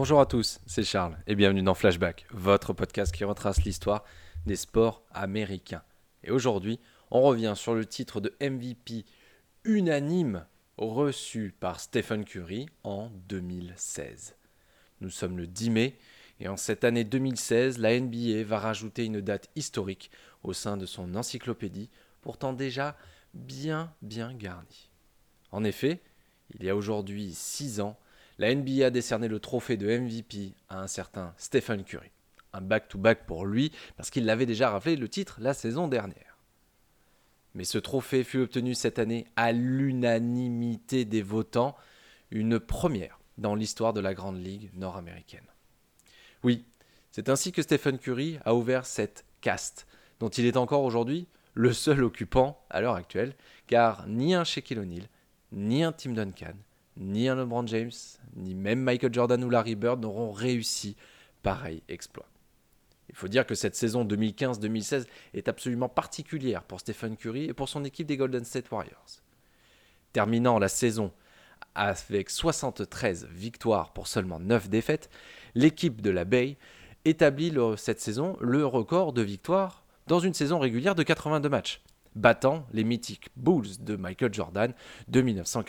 Bonjour à tous, c'est Charles et bienvenue dans Flashback, votre podcast qui retrace l'histoire des sports américains. Et aujourd'hui, on revient sur le titre de MVP unanime reçu par Stephen Curry en 2016. Nous sommes le 10 mai et en cette année 2016, la NBA va rajouter une date historique au sein de son encyclopédie, pourtant déjà bien garnie. En effet, il y a aujourd'hui 6 ans, la NBA a décerné le trophée de MVP à un certain Stephen Curry. Un back-to-back pour lui, parce qu'il l'avait déjà raflé le titre la saison dernière. Mais ce trophée fut obtenu cette année à l'unanimité des votants, une première dans l'histoire de la Grande Ligue nord-américaine. Oui, c'est ainsi que Stephen Curry a ouvert cette caste, dont il est encore aujourd'hui le seul occupant à l'heure actuelle, car ni un Shaquille O'Neal, ni un Tim Duncan, ni un LeBron James, ni même Michael Jordan ou Larry Bird n'auront réussi pareil exploit. Il faut dire que cette saison 2015-2016 est absolument particulière pour Stephen Curry et pour son équipe des Golden State Warriors. Terminant la saison avec 73 victoires pour seulement 9 défaites, l'équipe de la Bay établit cette saison le record de victoires dans une saison régulière de 82 matchs, battant les mythiques Bulls de Michael Jordan de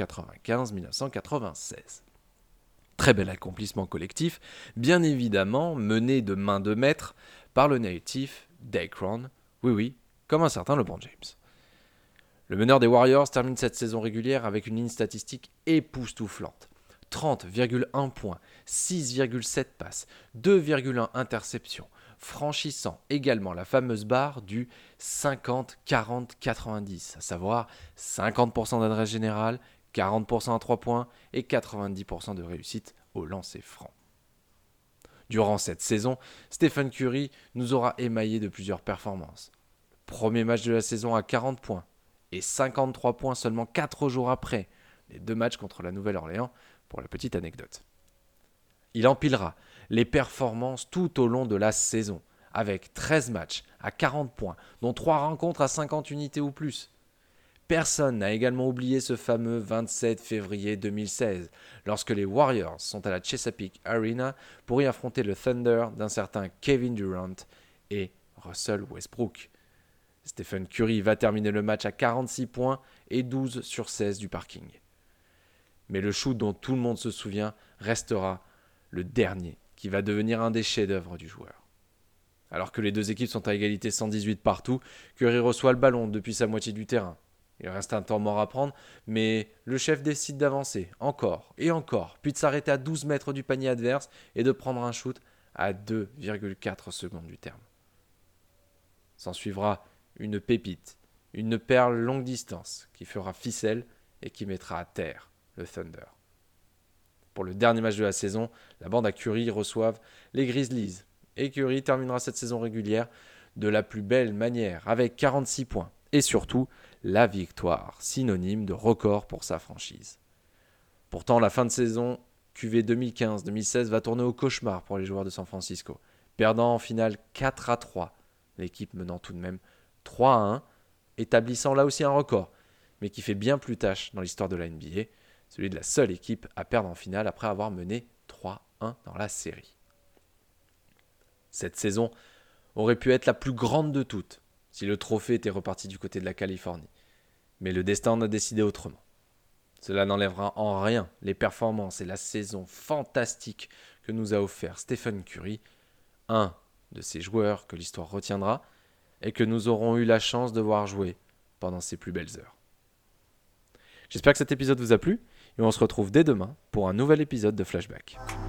1995-1996. Très bel accomplissement collectif, bien évidemment mené de main de maître par le natif Daycron, oui, comme un certain LeBron James. Le meneur des Warriors termine cette saison régulière avec une ligne statistique époustouflante. 30,1 points, 6,7 passes, 2,1 interceptions, franchissant également la fameuse barre du 50-40-90, à savoir 50% d'adresse générale, 40% à 3 points et 90% de réussite au lancer franc. Durant cette saison, Stephen Curry nous aura émaillé de plusieurs performances. Premier match de la saison à 40 points et 53 points seulement 4 jours après les 2 matchs contre la Nouvelle-Orléans, pour la petite anecdote. Il empilera les performances tout au long de la saison, avec 13 matchs à 40 points, dont 3 rencontres à 50 unités ou plus. Personne n'a également oublié ce fameux 27 février 2016, lorsque les Warriors sont à la Chesapeake Arena pour y affronter le Thunder d'un certain Kevin Durant et Russell Westbrook. Stephen Curry va terminer le match à 46 points et 12 sur 16 du parking. Mais le shoot dont tout le monde se souvient restera le dernier qui va devenir un des chefs-d'œuvre du joueur. Alors que les deux équipes sont à égalité 118 partout, Curry reçoit le ballon depuis sa moitié du terrain. Il reste un temps mort à prendre, mais le chef décide d'avancer encore et encore, puis de s'arrêter à 12 mètres du panier adverse et de prendre un shoot à 2,4 secondes du terme. S'en suivra une pépite, une perle longue distance qui fera ficelle et qui mettra à terre le Thunder. Pour le dernier match de la saison, la bande à Curry reçoivent les Grizzlies et Curry terminera cette saison régulière de la plus belle manière avec 46 points et surtout la victoire, synonyme de record pour sa franchise. Pourtant, la fin de saison QV 2015-2016 va tourner au cauchemar pour les joueurs de San Francisco, perdant en finale 4-3, l'équipe menant tout de même 3-1, établissant là aussi un record, mais qui fait bien plus tâche dans l'histoire de la NBA, celui de la seule équipe à perdre en finale après avoir mené 3-1 dans la série. Cette saison aurait pu être la plus grande de toutes si le trophée était reparti du côté de la Californie. Mais le destin en a décidé autrement. Cela n'enlèvera en rien les performances et la saison fantastique que nous a offert Stephen Curry, un de ces joueurs que l'histoire retiendra et que nous aurons eu la chance de voir jouer pendant ses plus belles heures. J'espère que cet épisode vous a plu et on se retrouve dès demain pour un nouvel épisode de Flashback.